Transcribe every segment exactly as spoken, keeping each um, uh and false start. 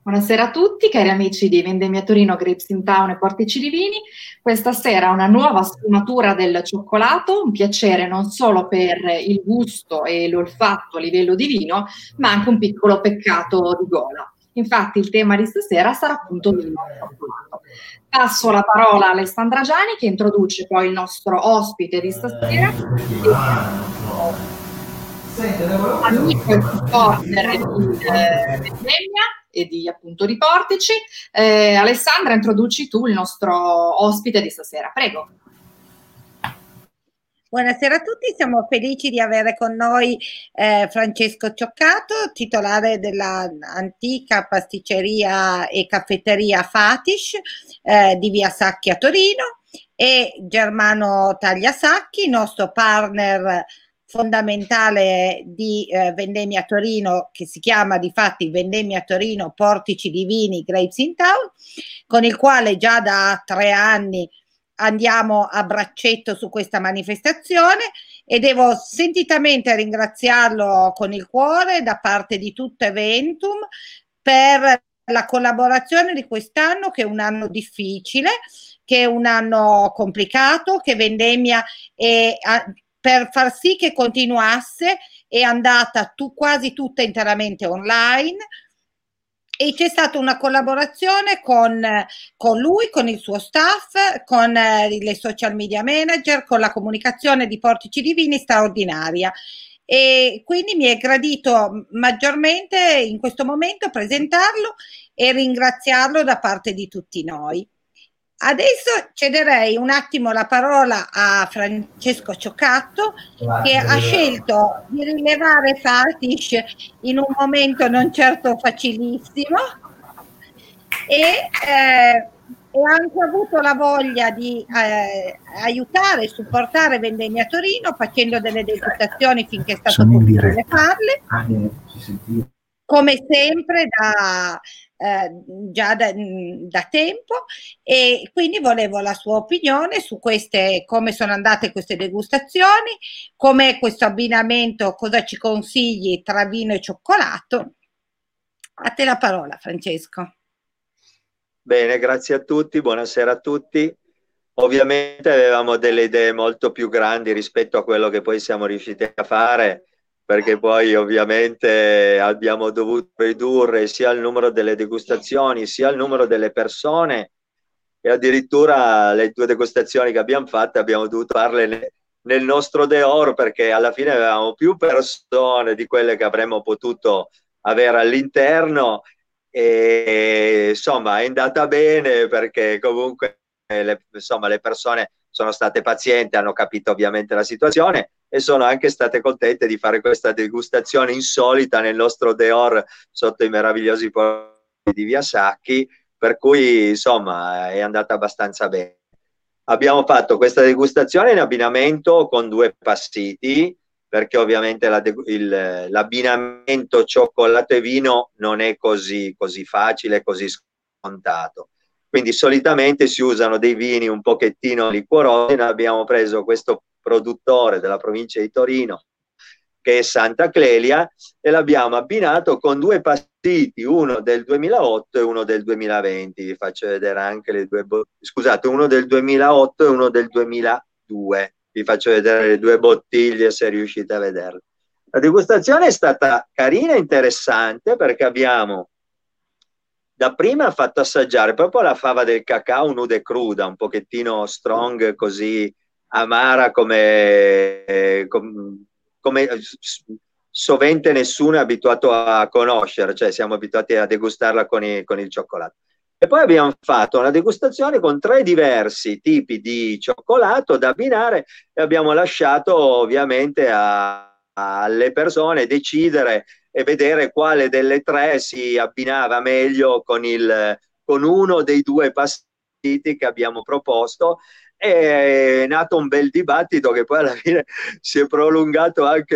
Buonasera a tutti, cari amici di Vendemmia Torino, Grapes in Town e Portici di Vini. Questa sera una nuova sfumatura del cioccolato, un piacere non solo per il gusto e l'olfatto a livello di vino, ma anche un piccolo peccato di gola. Infatti il tema di stasera sarà appunto vino e cioccolato. Passo la parola a Alessandra Giani che introduce poi il nostro ospite di stasera, che è amico e supporter di eh, Vendemmia e di appunto di Portici. Eh, Alessandra, introduci tu il nostro ospite di stasera, prego. Buonasera a tutti, siamo felici di avere con noi eh, Francesco Cioccato, titolare dell'antica pasticceria e caffetteria Fatish eh, di Via Sacchi a Torino, e Germano Tagliasacchi, nostro partner fondamentale di eh, Vendemmia Torino, che si chiama di fatti Vendemmia Torino Portici di Vini Grapes in Town, con il quale già da tre anni andiamo a braccetto su questa manifestazione, e devo sentitamente ringraziarlo con il cuore da parte di tutto Eventum per la collaborazione di quest'anno, che è un anno difficile, che è un anno complicato, che Vendemmia è, per far sì che continuasse, è andata tu, quasi tutta interamente online, e c'è stata una collaborazione con, con lui, con il suo staff, con eh, le social media manager, con la comunicazione di Portici di Vini straordinaria. E quindi mi è gradito maggiormente in questo momento presentarlo e ringraziarlo da parte di tutti noi. Adesso cederei un attimo la parola a Francesco Cioccato, che ha scelto di rilevare Fatish in un momento non certo facilissimo, e eh, ho anche avuto la voglia di eh, aiutare e supportare Vendemmia Torino facendo delle degustazioni finché è stato possibile farle, come sempre da eh, già da, da tempo, e quindi volevo la sua opinione su queste, come sono andate queste degustazioni, com'è questo abbinamento, cosa ci consigli tra vino e cioccolato. A te la parola, Francesco. Bene, grazie a tutti, buonasera a tutti. Ovviamente avevamo delle idee molto più grandi rispetto a quello che poi siamo riusciti a fare, perché poi ovviamente abbiamo dovuto ridurre sia il numero delle degustazioni sia il numero delle persone, e addirittura le due degustazioni che abbiamo fatte abbiamo dovuto farle nel nostro Deor, perché alla fine avevamo più persone di quelle che avremmo potuto avere all'interno. E insomma è andata bene, perché comunque le, insomma, le persone sono state pazienti, hanno capito ovviamente la situazione e sono anche state contente di fare questa degustazione insolita nel nostro Deor sotto i meravigliosi porti di Via Sacchi, per cui insomma è andata abbastanza bene. Abbiamo fatto questa degustazione in abbinamento con due passiti, perché ovviamente l'abbinamento cioccolato e vino non è così, così facile, così scontato. Quindi solitamente si usano dei vini un pochettino liquorosi. Noi abbiamo preso questo produttore della provincia di Torino, che è Santa Clelia, e l'abbiamo abbinato con due passiti, uno del duemilaotto e uno del duemilaventi. Vi faccio vedere anche le due, scusate, uno del duemilaotto e uno del duemiladue. Vi faccio vedere le due bottiglie se riuscite a vederle. La degustazione è stata carina e interessante, perché abbiamo dapprima fatto assaggiare proprio la fava del cacao nuda e cruda, un pochettino strong, così amara, come, come, come sovente nessuno è abituato a conoscere, cioè siamo abituati a degustarla con, i, con il cioccolato. E poi abbiamo fatto una degustazione con tre diversi tipi di cioccolato da abbinare, e abbiamo lasciato ovviamente a, alle persone decidere e vedere quale delle tre si abbinava meglio con, il, con uno dei due passiti che abbiamo proposto. È nato un bel dibattito che poi alla fine si è prolungato anche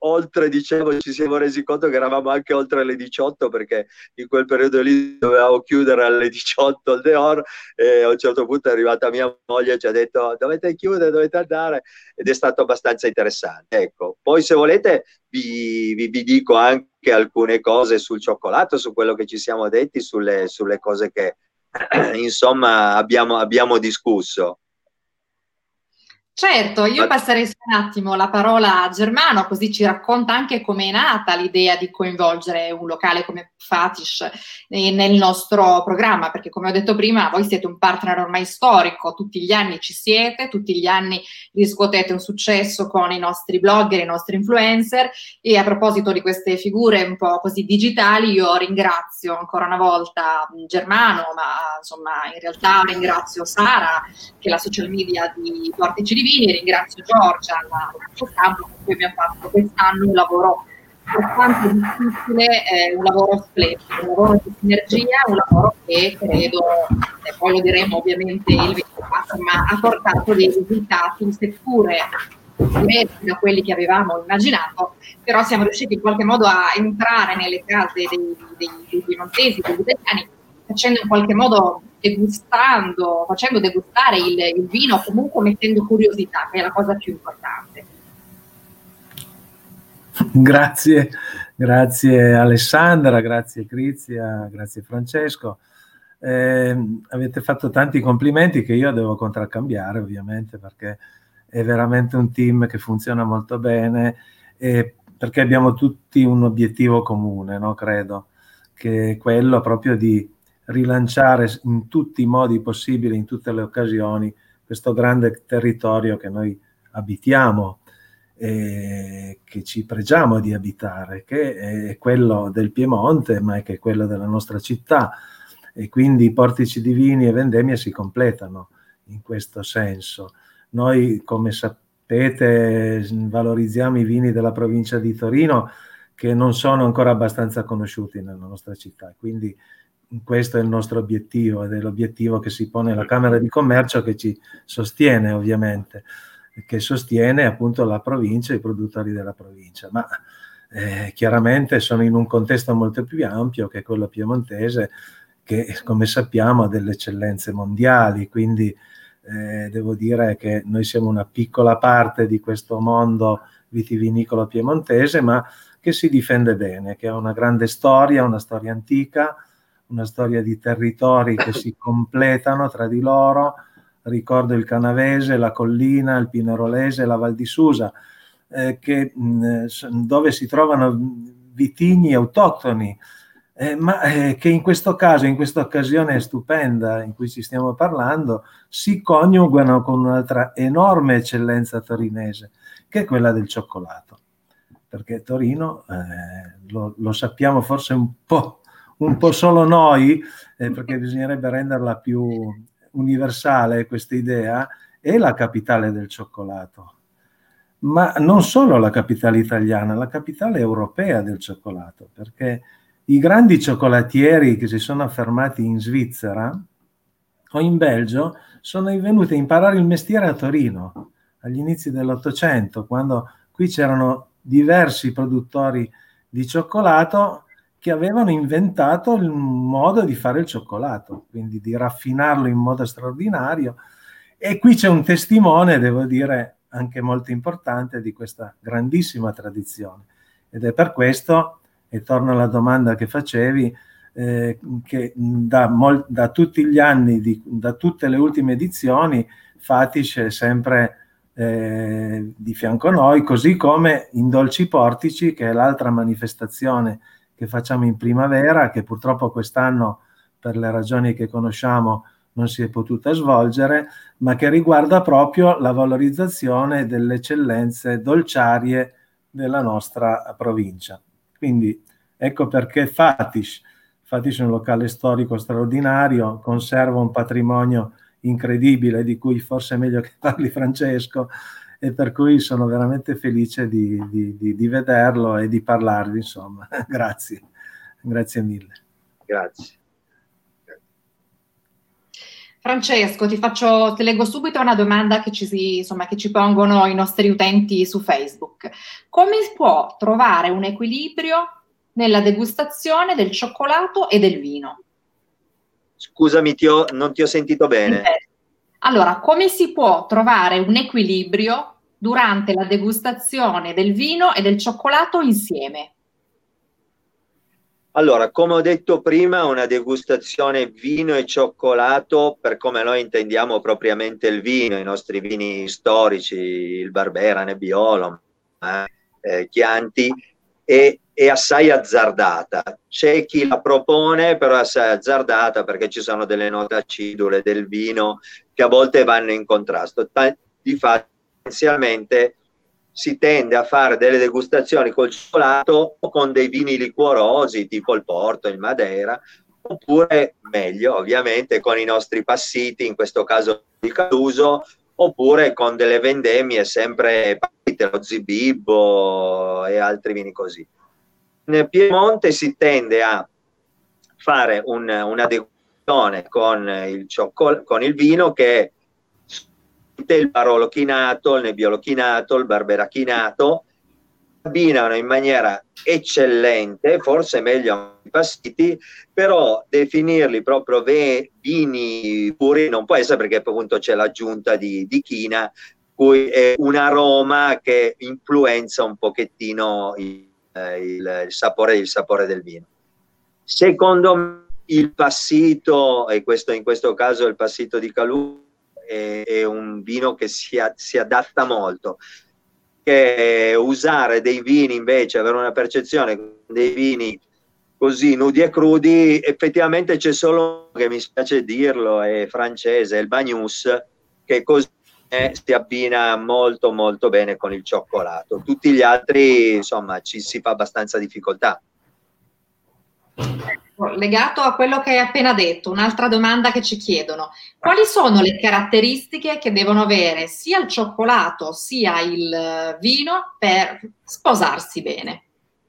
oltre, dicevo, ci siamo resi conto che eravamo anche oltre le diciotto, perché in quel periodo lì dovevamo chiudere alle diciotto al Deor, e a un certo punto è arrivata mia moglie e ci ha detto dovete chiudere, dovete andare, ed è stato abbastanza interessante. Ecco, poi se volete vi, vi, vi dico anche alcune cose sul cioccolato, su quello che ci siamo detti, sulle, sulle cose che insomma abbiamo, abbiamo discusso. Certo, io Ma... passerei un attimo la parola a Germano, così ci racconta anche come è nata l'idea di coinvolgere un locale come Fatish nel nostro programma, perché come ho detto prima, voi siete un partner ormai storico, tutti gli anni ci siete, tutti gli anni riscuotete un successo con i nostri blogger, i nostri influencer, e a proposito di queste figure un po' così digitali, io ringrazio ancora una volta Germano, ma insomma in realtà ringrazio Sara, che è la social media di Portici di Vini, ringrazio Giorgia, la campo, con cui abbiamo fatto quest'anno un lavoro altrettanto difficile, eh, un lavoro splendido, un lavoro di sinergia, un lavoro che credo, eh, poi lo diremo ovviamente il ventiquattro, ma ha portato dei risultati, seppure diversi da quelli che avevamo immaginato, però siamo riusciti in qualche modo a entrare nelle case dei, dei, dei piemontesi, degli italiani, facendo in qualche modo degustando, facendo degustare il, il vino, comunque mettendo curiosità, che è la cosa più importante. Grazie, grazie Alessandra, grazie Crizia, grazie Francesco. Eh, avete fatto tanti complimenti che io devo contraccambiare, ovviamente, perché è veramente un team che funziona molto bene, e perché abbiamo tutti un obiettivo comune, no? Credo, che è quello proprio di rilanciare in tutti i modi possibili, in tutte le occasioni, questo grande territorio che noi abitiamo e che ci pregiamo di abitare, che è quello del Piemonte, ma è che è quello della nostra città, e quindi Portici di Vini e Vendemmia si completano in questo senso. Noi, come sapete, valorizziamo i vini della provincia di Torino, che non sono ancora abbastanza conosciuti nella nostra città, quindi questo è il nostro obiettivo, ed è l'obiettivo che si pone la Camera di Commercio, che ci sostiene ovviamente, che sostiene appunto la provincia e i produttori della provincia, ma eh, chiaramente sono in un contesto molto più ampio, che è quello piemontese, che come sappiamo ha delle eccellenze mondiali, quindi eh, devo dire che noi siamo una piccola parte di questo mondo vitivinicolo piemontese, ma che si difende bene, che ha una grande storia, una storia antica, una storia di territori che si completano tra di loro. Ricordo il Canavese, la Collina, il Pinerolese, la Val di Susa, eh, che, mh, dove si trovano vitigni autoctoni, eh, ma eh, che in questo caso, in questa occasione stupenda in cui ci stiamo parlando, si coniugano con un'altra enorme eccellenza torinese, che è quella del cioccolato. Perché Torino, eh, lo, lo sappiamo forse un po', un po' solo noi, eh, perché bisognerebbe renderla più universale questa idea, è la capitale del cioccolato, ma non solo la capitale italiana, la capitale europea del cioccolato, perché i grandi cioccolatieri che si sono affermati in Svizzera o in Belgio sono venuti a imparare il mestiere a Torino agli inizi dell'Ottocento, quando qui c'erano diversi produttori di cioccolato che avevano inventato il modo di fare il cioccolato, quindi di raffinarlo in modo straordinario. E qui c'è un testimone, devo dire, anche molto importante di questa grandissima tradizione. Ed è per questo, e torno alla domanda che facevi, eh, che da, mol- da tutti gli anni, di, da tutte le ultime edizioni, Fatish è sempre eh, di fianco a noi, così come in Dolci Portici, che è l'altra manifestazione che facciamo in primavera, che purtroppo quest'anno, per le ragioni che conosciamo, non si è potuta svolgere, ma che riguarda proprio la valorizzazione delle eccellenze dolciarie della nostra provincia. Quindi ecco perché Fatish. Fatish è un locale storico straordinario, conserva un patrimonio incredibile di cui forse è meglio che parli Francesco, e per cui sono veramente felice di, di, di, di vederlo e di parlarvi, insomma. Grazie, grazie mille. Grazie. Francesco, ti faccio, ti leggo subito una domanda che ci, si, insomma, che ci pongono i nostri utenti su Facebook. Come si può trovare un equilibrio nella degustazione del cioccolato e del vino? Scusami, ti ho, non ti ho sentito bene. Allora, come si può trovare un equilibrio durante la degustazione del vino e del cioccolato insieme? Allora, come ho detto prima, una degustazione vino e cioccolato, per come noi intendiamo propriamente il vino, i nostri vini storici, il Barbera, Nebbiolo, eh, Chianti, è, è assai azzardata. C'è chi la propone, però è assai azzardata perché ci sono delle note acidule del vino che a volte vanno in contrasto. Difatti, essenzialmente si tende a fare delle degustazioni col cioccolato o con dei vini liquorosi tipo il Porto, il Madeira, oppure meglio ovviamente con i nostri passiti, in questo caso di Caluso, oppure con delle vendemmie sempre lo Zibibbo e altri vini così. Nel Piemonte si tende a fare un, una degustazione con il, con il vino che è il Barolo chinato, il Nebbiolo chinato, il Barbera chinato, abbinano in maniera eccellente, forse meglio i passiti, però definirli proprio vini puri non può essere, perché appunto c'è l'aggiunta di, di china, cui è un aroma che influenza un pochettino il, il, il, sapore, il sapore del vino. Secondo me il passito, e questo in questo caso è il passito di Calù, è un vino che si, si adatta molto, che usare dei vini invece, avere una percezione dei vini così nudi e crudi, effettivamente c'è solo, che mi spiace dirlo, è francese, è il Bagnus, che così eh, si abbina molto molto bene con il cioccolato. Tutti gli altri, insomma, ci si fa abbastanza difficoltà. Legato a quello che hai appena detto, un'altra domanda che ci chiedono: quali sono le caratteristiche che devono avere sia il cioccolato sia il vino per sposarsi bene?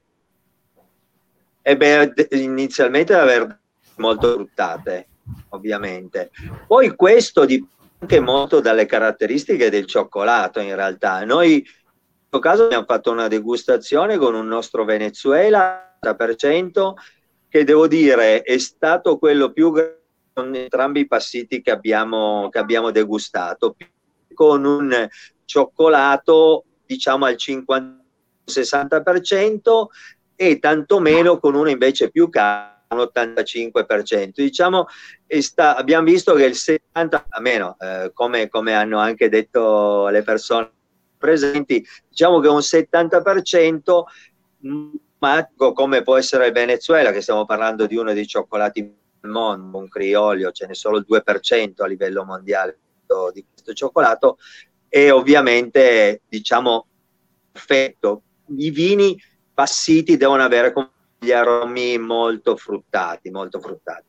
E beh, inizialmente deve avere molto fruttate, ovviamente. Poi questo dipende anche molto dalle caratteristiche del cioccolato, in realtà. Noi in questo caso abbiamo fatto una degustazione con un nostro Venezuela ottanta per cento, che devo dire è stato quello più grande con entrambi i passiti che abbiamo, che abbiamo degustato, con un cioccolato diciamo al cinquanta sessanta per cento e tantomeno con uno invece più caro, un ottantacinque per cento. Diciamo, sta, abbiamo visto che il settanta per cento, a meno, eh, come, come hanno anche detto le persone presenti, diciamo che un settanta per cento, ma come può essere il Venezuela, che stiamo parlando di uno dei cioccolati del mondo, un criolio, ce n'è solo il due per cento a livello mondiale di questo cioccolato, e ovviamente diciamo perfetto. I vini passiti devono avere gli aromi molto fruttati, molto fruttati.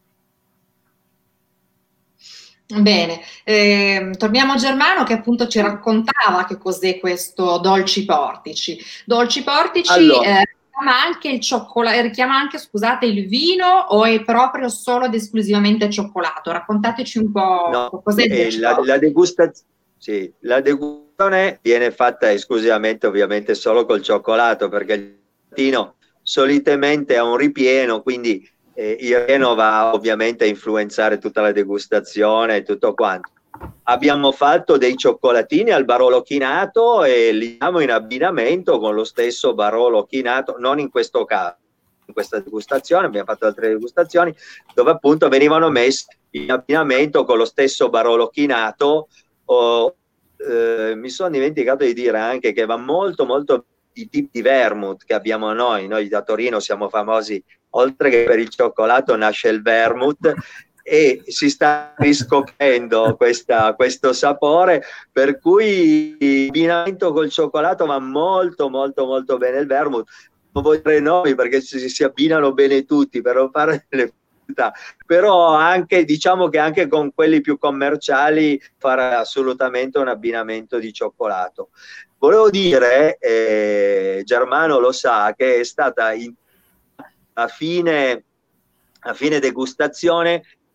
Bene, eh, torniamo a Germano che appunto ci raccontava che cos'è questo Dolci Portici. Dolci Portici allora. eh, richiama anche il cioccolato, richiama anche, scusate, il vino, o è proprio solo ed esclusivamente cioccolato? Raccontateci un po' no, cos'è il eh, la, la degustazione. Sì, la degustazione viene fatta esclusivamente ovviamente solo col cioccolato, perché il cioccolato solitamente ha un ripieno, quindi eh, il ripieno va ovviamente a influenzare tutta la degustazione e tutto quanto. Abbiamo fatto dei cioccolatini al Barolo chinato e li diamo in abbinamento con lo stesso Barolo chinato, non in questo caso, in questa degustazione, abbiamo fatto altre degustazioni dove appunto venivano messi in abbinamento con lo stesso Barolo chinato. Oh, eh, mi sono dimenticato di dire anche che va molto molto i tipi di vermouth che abbiamo noi, noi da Torino siamo famosi, oltre che per il cioccolato nasce il vermouth, e si sta riscoprendo questa, questo sapore, per cui l'abbinamento col cioccolato va molto molto molto bene il vermouth. Non voglio dire nomi perché si, si abbinano bene tutti per non fare le però anche diciamo che anche con quelli più commerciali fare assolutamente un abbinamento di cioccolato. Volevo dire, eh, Germano lo sa, che è stata in, a, fine, a fine degustazione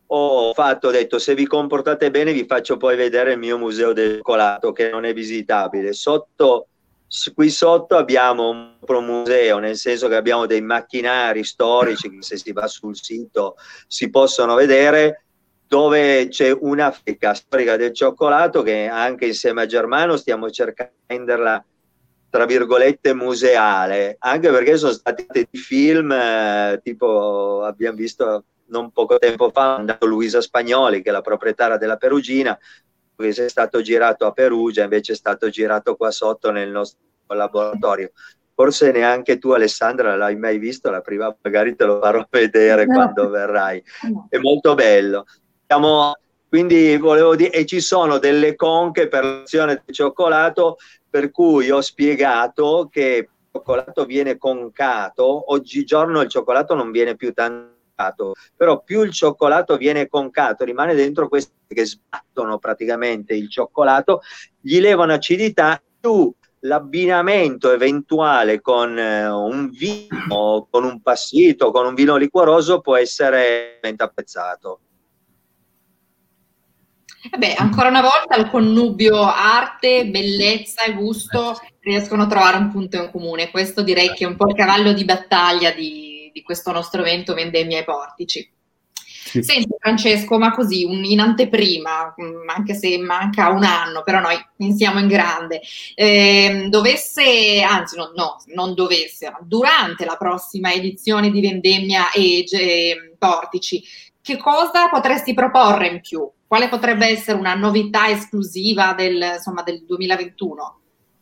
ho fatto, ho detto, se vi comportate bene vi faccio poi vedere il mio museo del cioccolato, che non è visitabile. Sotto, qui sotto abbiamo un museo, nel senso che abbiamo dei macchinari storici che, se si va sul sito, si possono vedere, dove c'è una fabbrica storica del cioccolato che anche insieme a Germano stiamo cercando di renderla, tra virgolette, museale, anche perché sono stati dei film, eh, tipo abbiamo visto non poco tempo fa, è andato Luisa Spagnoli, che è la proprietaria della Perugina, che è stato girato a Perugia, invece è stato girato qua sotto nel nostro laboratorio. Forse neanche tu, Alessandra, l'hai mai visto, la prima magari te lo farò vedere quando verrai. È molto bello. Siamo, quindi volevo dire, e ci sono delle conche per l'azione del cioccolato, per cui ho spiegato che il cioccolato viene concato. Oggigiorno il cioccolato non viene più tanto, però più il cioccolato viene concato, rimane dentro questi che sbattono praticamente il cioccolato, gli levano acidità, più l'abbinamento eventuale con eh, un vino, con un passito, con un vino liquoroso può essere apprezzato. Eh beh, ancora una volta il connubio arte, bellezza e gusto riescono a trovare un punto in comune. Questo direi che è un po' il cavallo di battaglia di, di questo nostro evento Vendemmia ai Portici. Sì. Senti Francesco, ma così un, in anteprima, anche se manca un anno, però noi pensiamo in grande, eh, dovesse, anzi no, no, non dovesse, ma durante la prossima edizione di Vendemmia e eh, Portici, che cosa potresti proporre in più? Quale potrebbe essere una novità esclusiva del, insomma, del duemilaventuno?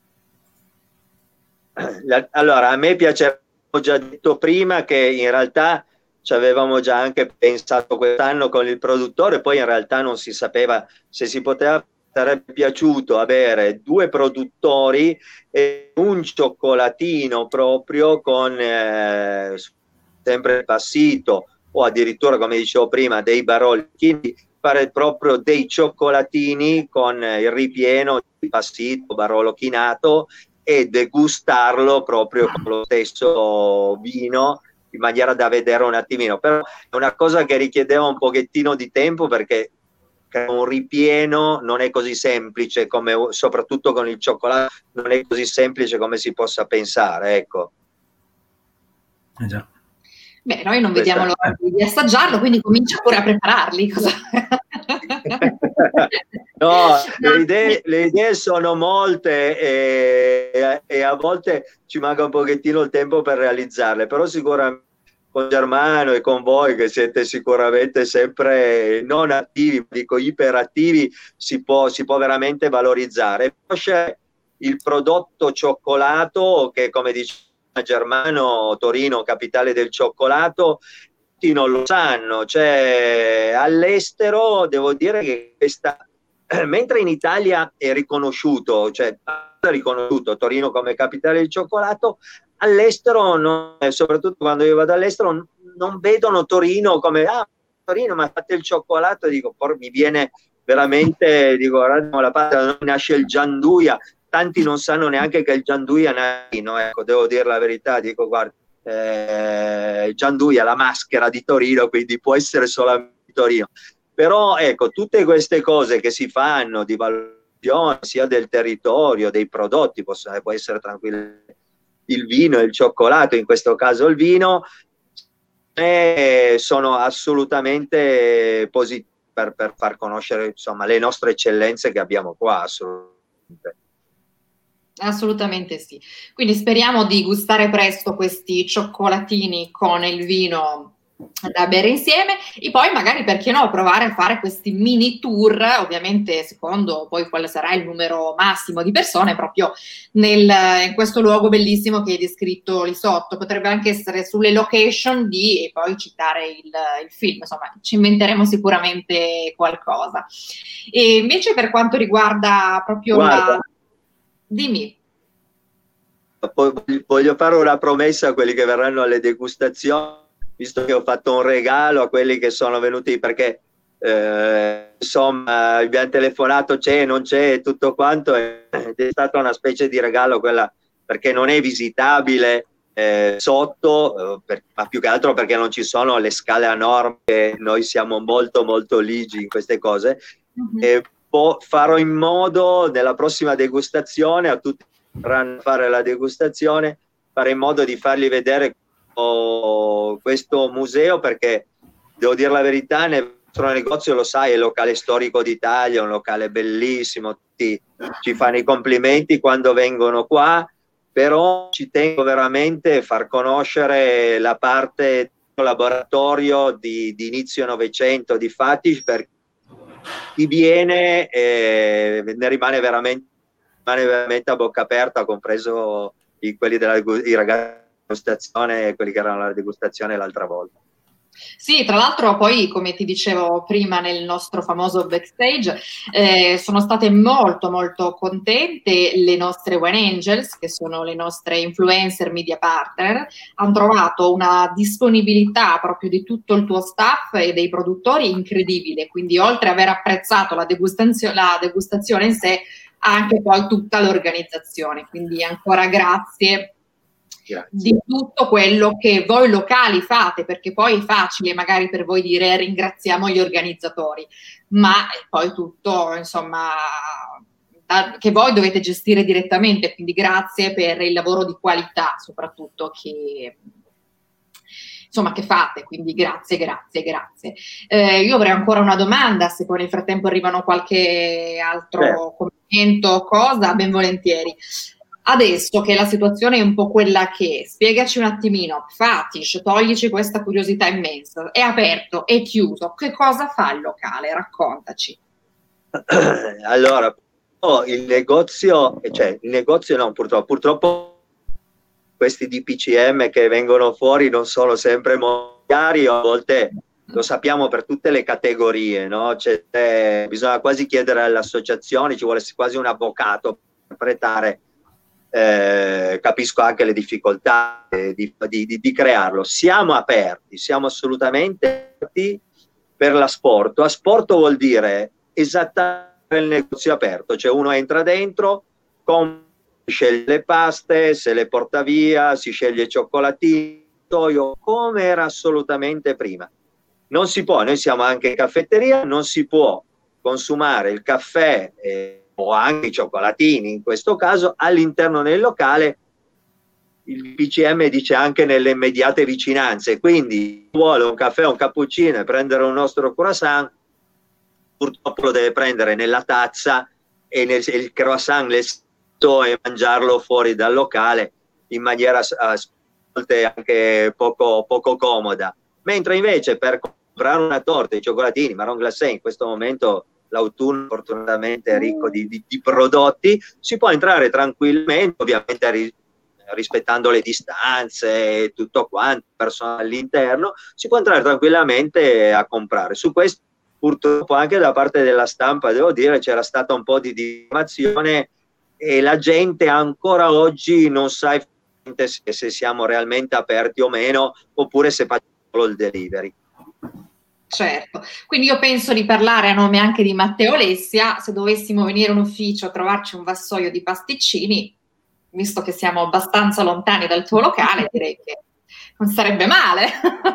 Allora, a me piace, ho già detto prima, che in realtà ci avevamo già anche pensato quest'anno con il produttore, poi in realtà non si sapeva se si poteva. Sarebbe piaciuto avere due produttori e un cioccolatino proprio con eh, sempre il passito, o addirittura, come dicevo prima, dei baroli, fare proprio dei cioccolatini con il ripieno di passito, barolo chinato, e degustarlo proprio con lo stesso vino, in maniera da vedere un attimino. Però è una cosa che richiedeva un pochettino di tempo, perché un ripieno non è così semplice, come, soprattutto con il cioccolato, non è così semplice come si possa pensare, ecco. Eh già. Beh, noi non Questa... vediamo l'ora di assaggiarlo, quindi comincia pure a prepararli. Cosa... No, le idee, le idee sono molte e, e a volte ci manca un pochettino il tempo per realizzarle, però sicuramente con Germano e con voi, che siete sicuramente sempre non attivi, dico iperattivi, si può, si può veramente valorizzare. C'è il prodotto cioccolato che, come dice Germano, Torino, capitale del cioccolato, tutti non lo sanno. Cioè, all'estero devo dire che questa, mentre in Italia è riconosciuto, cioè è riconosciuto Torino come capitale del cioccolato, all'estero, non, soprattutto quando io vado all'estero, non vedono Torino come ah, Torino, ma fate il cioccolato, dico, por, mi viene veramente, dico, guarda, la parte nasce il Gianduia, tanti non sanno neanche che il Gianduia nasce, no? Ecco, devo dire la verità, dico, guarda, eh, Gianduia, la maschera di Torino, quindi può essere solamente di Torino. Però ecco, tutte queste cose che si fanno di valutazione sia del territorio, dei prodotti, possono, può essere tranquillamente il vino e il cioccolato, in questo caso il vino, eh, sono assolutamente positivi per, per far conoscere, insomma, le nostre eccellenze che abbiamo qua, assolutamente. Assolutamente sì. Quindi speriamo di gustare presto questi cioccolatini con il vino da bere insieme, e poi magari, perché no, provare a fare questi mini tour, ovviamente secondo poi quale sarà il numero massimo di persone, proprio nel, in questo luogo bellissimo che è descritto lì sotto. Potrebbe anche essere sulle location di, e poi citare il, il film, insomma ci inventeremo sicuramente qualcosa. E invece per quanto riguarda proprio Guarda. la... Dimmi. Voglio fare una promessa a quelli che verranno alle degustazioni, visto che ho fatto un regalo a quelli che sono venuti, perché eh, insomma abbiamo telefonato, c'è, non c'è, tutto quanto, ed è stata una specie di regalo quella, perché non è visitabile, eh, sotto, eh, per, ma più che altro perché non ci sono le scale a norme, noi siamo molto molto ligi in queste cose. Mm-hmm. E po- farò in modo nella prossima degustazione, a tutti che vorranno fare la degustazione, fare in modo di fargli vedere oh, questo museo, perché devo dire la verità, nel nostro negozio, lo sai, è il locale storico d'Italia, un locale bellissimo, tutti ci fanno i complimenti quando vengono qua, però ci tengo veramente a far conoscere la parte laboratorio di, di inizio Novecento di Fatish, perché chi viene eh, ne rimane veramente, rimane veramente a bocca aperta, compreso i, quelli della, i ragazzi della degustazione e quelli che erano alla degustazione l'altra volta. Sì, tra l'altro poi, come ti dicevo prima nel nostro famoso backstage, eh, sono state molto molto contente le nostre Wine Angels, che sono le nostre influencer media partner, hanno trovato una disponibilità proprio di tutto il tuo staff e dei produttori incredibile, quindi oltre ad aver apprezzato la degustazio- la degustazione in sé, anche poi tutta l'organizzazione, quindi ancora grazie. Grazie. Di tutto quello che voi locali fate, perché poi è facile magari per voi dire ringraziamo gli organizzatori, ma poi tutto, insomma, da, che voi dovete gestire direttamente, quindi grazie per il lavoro di qualità soprattutto che, insomma, che fate, quindi grazie, grazie, grazie. Eh, io avrei ancora una domanda, se poi nel frattempo arrivano qualche altro Beh. commento o cosa, ben volentieri. Adesso che la situazione è un po' quella che è, spiegaci un attimino, Fatish, toglici questa curiosità immensa, è aperto, è chiuso, che cosa fa il locale? Raccontaci. Allora, oh, il negozio, cioè il negozio no, purtroppo, purtroppo questi D P C M che vengono fuori non sono sempre molto chiari, a volte lo sappiamo per tutte le categorie, no? Cioè, eh, bisogna quasi chiedere alle associazioni, ci vuole quasi un avvocato per interpretare. Eh, capisco anche le difficoltà eh, di, di, di, di crearlo. Siamo aperti, siamo assolutamente aperti per l'asporto. Asporto vuol dire esattamente il negozio aperto, cioè uno entra dentro, com- sceglie le paste, se le porta via, si sceglie i cioccolatini, come era assolutamente prima. Non si può, noi siamo anche caffetteria, non si può consumare il caffè eh, o anche i cioccolatini in questo caso all'interno del locale. Il P C M dice anche nelle immediate vicinanze, quindi chi vuole un caffè o un cappuccino e prendere un nostro croissant purtroppo lo deve prendere nella tazza e nel, il croissant nel sito e mangiarlo fuori dal locale in maniera a volte anche poco, poco comoda, mentre invece per comprare una torta, i cioccolatini, marron glacé in questo momento l'autunno fortunatamente è ricco di, di, di prodotti, si può entrare tranquillamente, ovviamente ri, rispettando le distanze e tutto quanto, persone all'interno, si può entrare tranquillamente a comprare. Su questo purtroppo anche da parte della stampa, devo dire, c'era stata un po' di diffamazione e la gente ancora oggi non sa se, se siamo realmente aperti o meno, oppure se facciamo solo il delivery. Certo, quindi io penso di parlare a nome anche di Matteo Lessia, se dovessimo venire in ufficio a trovarci un vassoio di pasticcini, visto che siamo abbastanza lontani dal tuo locale, direi che non sarebbe male.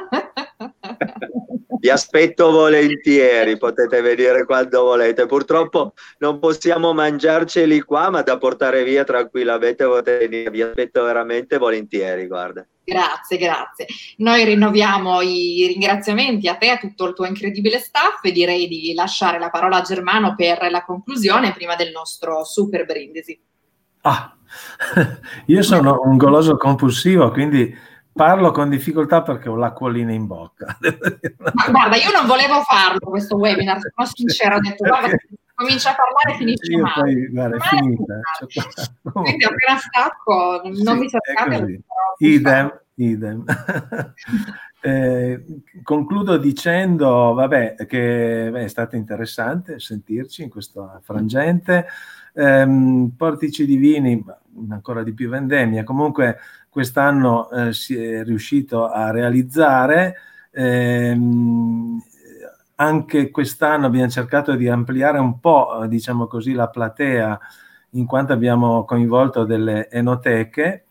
Vi aspetto volentieri, potete venire quando volete. Purtroppo non possiamo mangiarceli qua, ma da portare via tranquillamente potete venire. Vi aspetto veramente volentieri, guarda. Grazie, grazie. Noi rinnoviamo i ringraziamenti a te e a tutto il tuo incredibile staff e direi di lasciare la parola a Germano per la conclusione prima del nostro super brindisi. Ah, io sono un goloso compulsivo, quindi parlo con difficoltà perché ho l'acquolina in bocca. Ma guarda, io non volevo farlo questo webinar, sono sincera, ho detto guarda, comincia a parlare e finisce io male. poi, guarda, è finita. Quindi appena stacco, non sì, mi cercate. Idem, idem. eh, concludo dicendo, vabbè, che beh, è stato interessante sentirci in questo frangente. Eh, Portici di Vini, ancora di più vendemmia, comunque quest'anno eh, si è riuscito a realizzare. Ehm, anche quest'anno abbiamo cercato di ampliare un po', diciamo così, la platea, in quanto abbiamo coinvolto delle enoteche.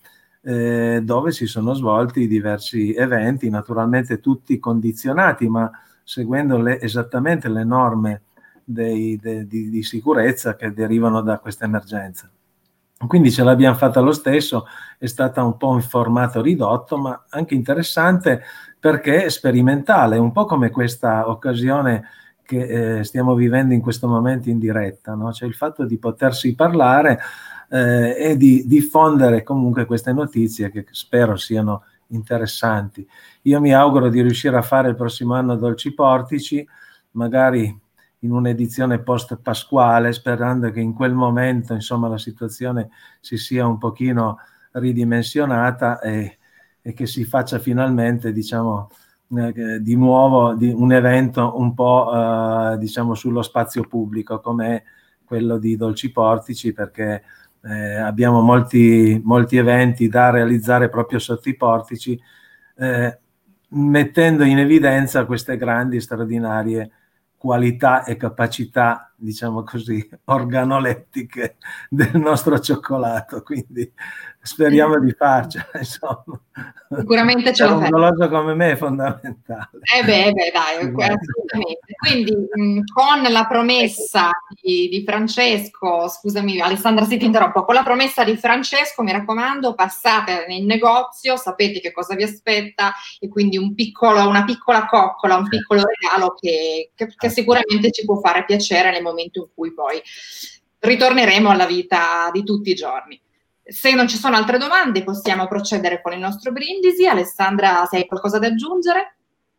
eh, dove si sono svolti diversi eventi, naturalmente tutti condizionati, ma seguendo le, esattamente le norme dei, de, di, di sicurezza che derivano da questa emergenza. Quindi ce l'abbiamo fatta lo stesso, è stata un po' un formato ridotto, ma anche interessante perché è sperimentale, un po' come questa occasione che eh, stiamo vivendo in questo momento in diretta, no? Cioè il fatto di potersi parlare eh, e di diffondere comunque queste notizie che spero siano interessanti. Io mi auguro di riuscire a fare il prossimo anno Dolci Portici, magari in un'edizione post pasquale, sperando che in quel momento, insomma, la situazione si sia un pochino ridimensionata e, e che si faccia finalmente, diciamo, eh, di nuovo di un evento un po', eh, diciamo, sullo spazio pubblico, come quello di Dolci Portici, perché eh, abbiamo molti, molti eventi da realizzare proprio sotto i portici, eh, mettendo in evidenza queste grandi, straordinarie qualità e capacità, diciamo così, organolettiche del nostro cioccolato. Quindi speriamo di farcela, insomma. Sicuramente ce per la un fai. goloso come me è fondamentale. Eh beh, beh dai, assolutamente. Quindi mh, con la promessa di, di Francesco, scusami Alessandra se ti interrompo, con la promessa di Francesco, mi raccomando, passate nel negozio, sapete che cosa vi aspetta e quindi un piccolo, una piccola coccola, un piccolo regalo che, che, che sicuramente ci può fare piacere nel momento in cui poi ritorneremo alla vita di tutti i giorni. Se non ci sono altre domande possiamo procedere con il nostro brindisi. Alessandra, se hai qualcosa da aggiungere?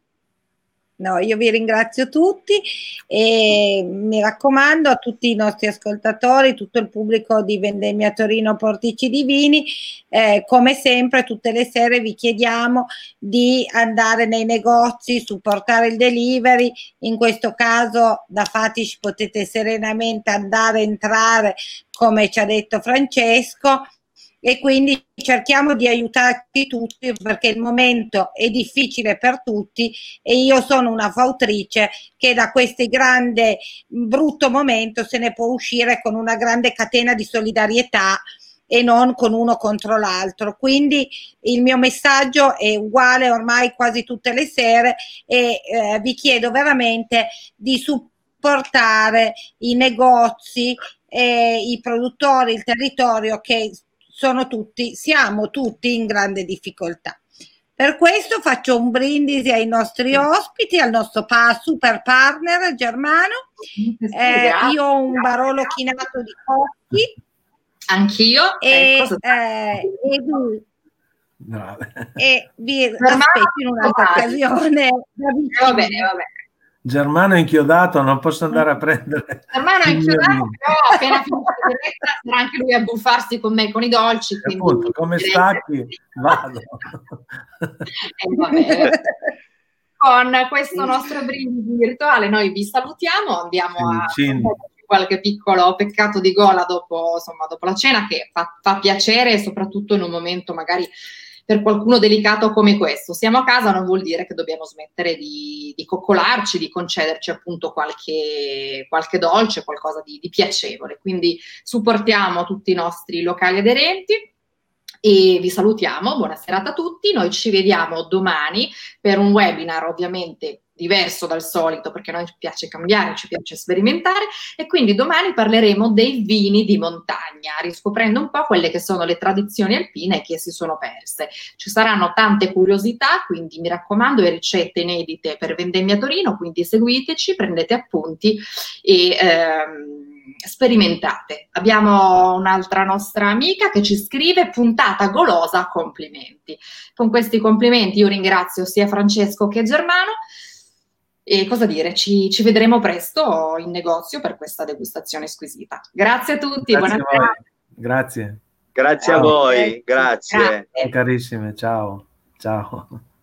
No, io vi ringrazio tutti e mi raccomando a tutti i nostri ascoltatori, tutto il pubblico di Vendemmia Torino Portici di Vini, eh, come sempre tutte le sere vi chiediamo di andare nei negozi, supportare il delivery. In questo caso da Fatish potete serenamente andare, entrare, come ci ha detto Francesco, e quindi cerchiamo di aiutarci tutti perché il momento è difficile per tutti e io sono una fautrice che da questo grande brutto momento se ne può uscire con una grande catena di solidarietà e non con uno contro l'altro. Quindi il mio messaggio è uguale ormai quasi tutte le sere e eh, vi chiedo veramente di supportare i negozi, eh, i produttori, il territorio che sono tutti, siamo tutti in grande difficoltà. Per questo faccio un brindisi ai nostri ospiti, al nostro pa- super partner Germano. Eh, io ho un Barolo chinato di cocchi. Anch'io. E, ecco, eh, e, vi, e vi Germano, aspetto in un'altra occasione. Va bene, va bene. Germano è inchiodato, non posso andare a prendere. Germano è inchiodato, però appena finito la diretta sarà anche lui a buffarsi con me con i dolci. Quindi appunto, come stacchi, vado. eh, vabbè. Con questo nostro brindisi virtuale noi vi salutiamo, andiamo a qualche piccolo peccato di gola dopo, insomma, dopo la cena che fa, fa piacere, soprattutto in un momento magari per qualcuno delicato come questo. Siamo a casa non vuol dire che dobbiamo smettere di, di coccolarci, di concederci appunto qualche, qualche dolce, qualcosa di, di piacevole. Quindi supportiamo tutti i nostri locali aderenti e vi salutiamo. Buona serata a tutti. Noi ci vediamo domani per un webinar ovviamente diverso dal solito perché a noi ci piace cambiare, ci piace sperimentare e quindi domani parleremo dei vini di montagna, riscoprendo un po' quelle che sono le tradizioni alpine che si sono perse. Ci saranno tante curiosità, quindi mi raccomando, e ricette inedite per Vendemmia Torino, quindi seguiteci, prendete appunti e ehm, sperimentate. Abbiamo un'altra nostra amica che ci scrive: puntata golosa, complimenti. Con questi complimenti io ringrazio sia Francesco che Germano. E cosa dire, ci, ci vedremo presto in negozio per questa degustazione squisita. Grazie a tutti, Grazie buona a voi. Grazie. Grazie ciao. A voi, grazie. Grazie. Carissime, ciao. Ciao.